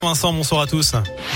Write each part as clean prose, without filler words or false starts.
Vincent, bonsoir à tous.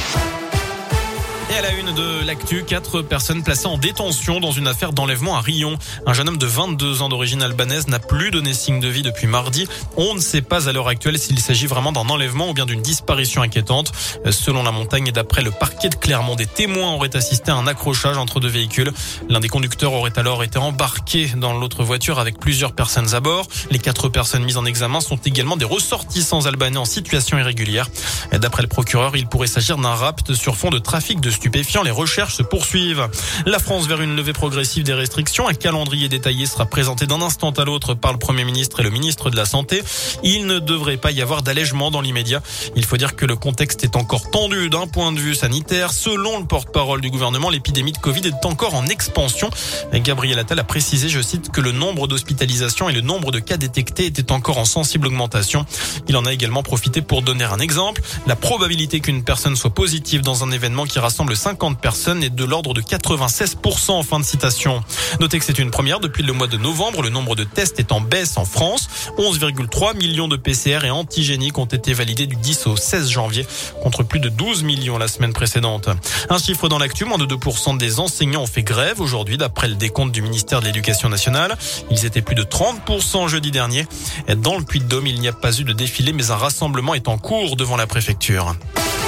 Et à la une de l'actu, 4 personnes placées en détention dans une affaire d'enlèvement à Riom. Un jeune homme de 22 ans d'origine albanaise n'a plus donné signe de vie depuis mardi. On ne sait pas à l'heure actuelle s'il s'agit vraiment d'un enlèvement ou bien d'une disparition inquiétante. Selon La Montagne et d'après le parquet de Clermont, des témoins auraient assisté à un accrochage entre deux véhicules. L'un des conducteurs aurait alors été embarqué dans l'autre voiture avec plusieurs personnes à bord. Les 4 personnes mises en examen sont également des ressortissants albanais en situation irrégulière. D'après le procureur, il pourrait s'agir d'un rapt sur fond de trafic de stupéfiants. Les recherches se poursuivent. La France vers une levée progressive des restrictions. Un calendrier détaillé sera présenté d'un instant à l'autre par le Premier ministre et le ministre de la Santé. Il ne devrait pas y avoir d'allègement dans l'immédiat. Il faut dire que le contexte est encore tendu d'un point de vue sanitaire. Selon le porte-parole du gouvernement, l'épidémie de Covid est encore en expansion. Gabriel Attal a précisé, je cite, que le nombre d'hospitalisations et le nombre de cas détectés étaient encore en sensible augmentation. Il en a également profité pour donner un exemple. La probabilité qu'une personne soit positive dans un événement qui rassemble 50 personnes est de l'ordre de 96% en fin de citation. Notez que c'est une première depuis le mois de novembre. Le nombre de tests est en baisse en France. 11,3 millions de PCR et antigéniques ont été validés du 10 au 16 janvier contre plus de 12 millions la semaine précédente. Un chiffre dans l'actu, moins de 2% des enseignants ont fait grève aujourd'hui d'après le décompte du ministère de l'Éducation nationale. Ils étaient plus de 30% jeudi dernier. Dans le Puy-de-Dôme, il n'y a pas eu de défilé mais un rassemblement est en cours devant la préfecture.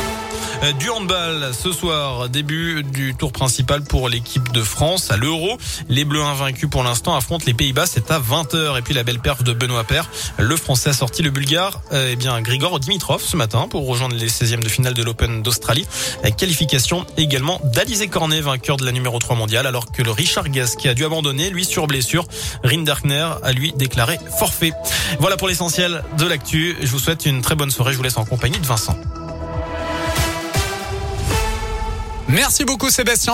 Du handball ce soir, début du tour principal pour l'équipe de France à l'Euro. Les Bleus invaincus pour l'instant affrontent les Pays-Bas, c'est à 20h. Et puis la belle perf de Benoît Paire. Le Français a sorti le Bulgare, Grigor Dimitrov ce matin pour rejoindre les 16e de finale de l'Open d'Australie. Qualification également d'Alizé Cornet, vainqueur de la numéro 3 mondiale, alors que le Richard Gasquet a dû abandonner, lui sur blessure. Rinderkner a lui déclaré forfait. Voilà pour l'essentiel de l'actu. Je vous souhaite une très bonne soirée. Je vous laisse en compagnie de Vincent. Merci beaucoup Sébastien.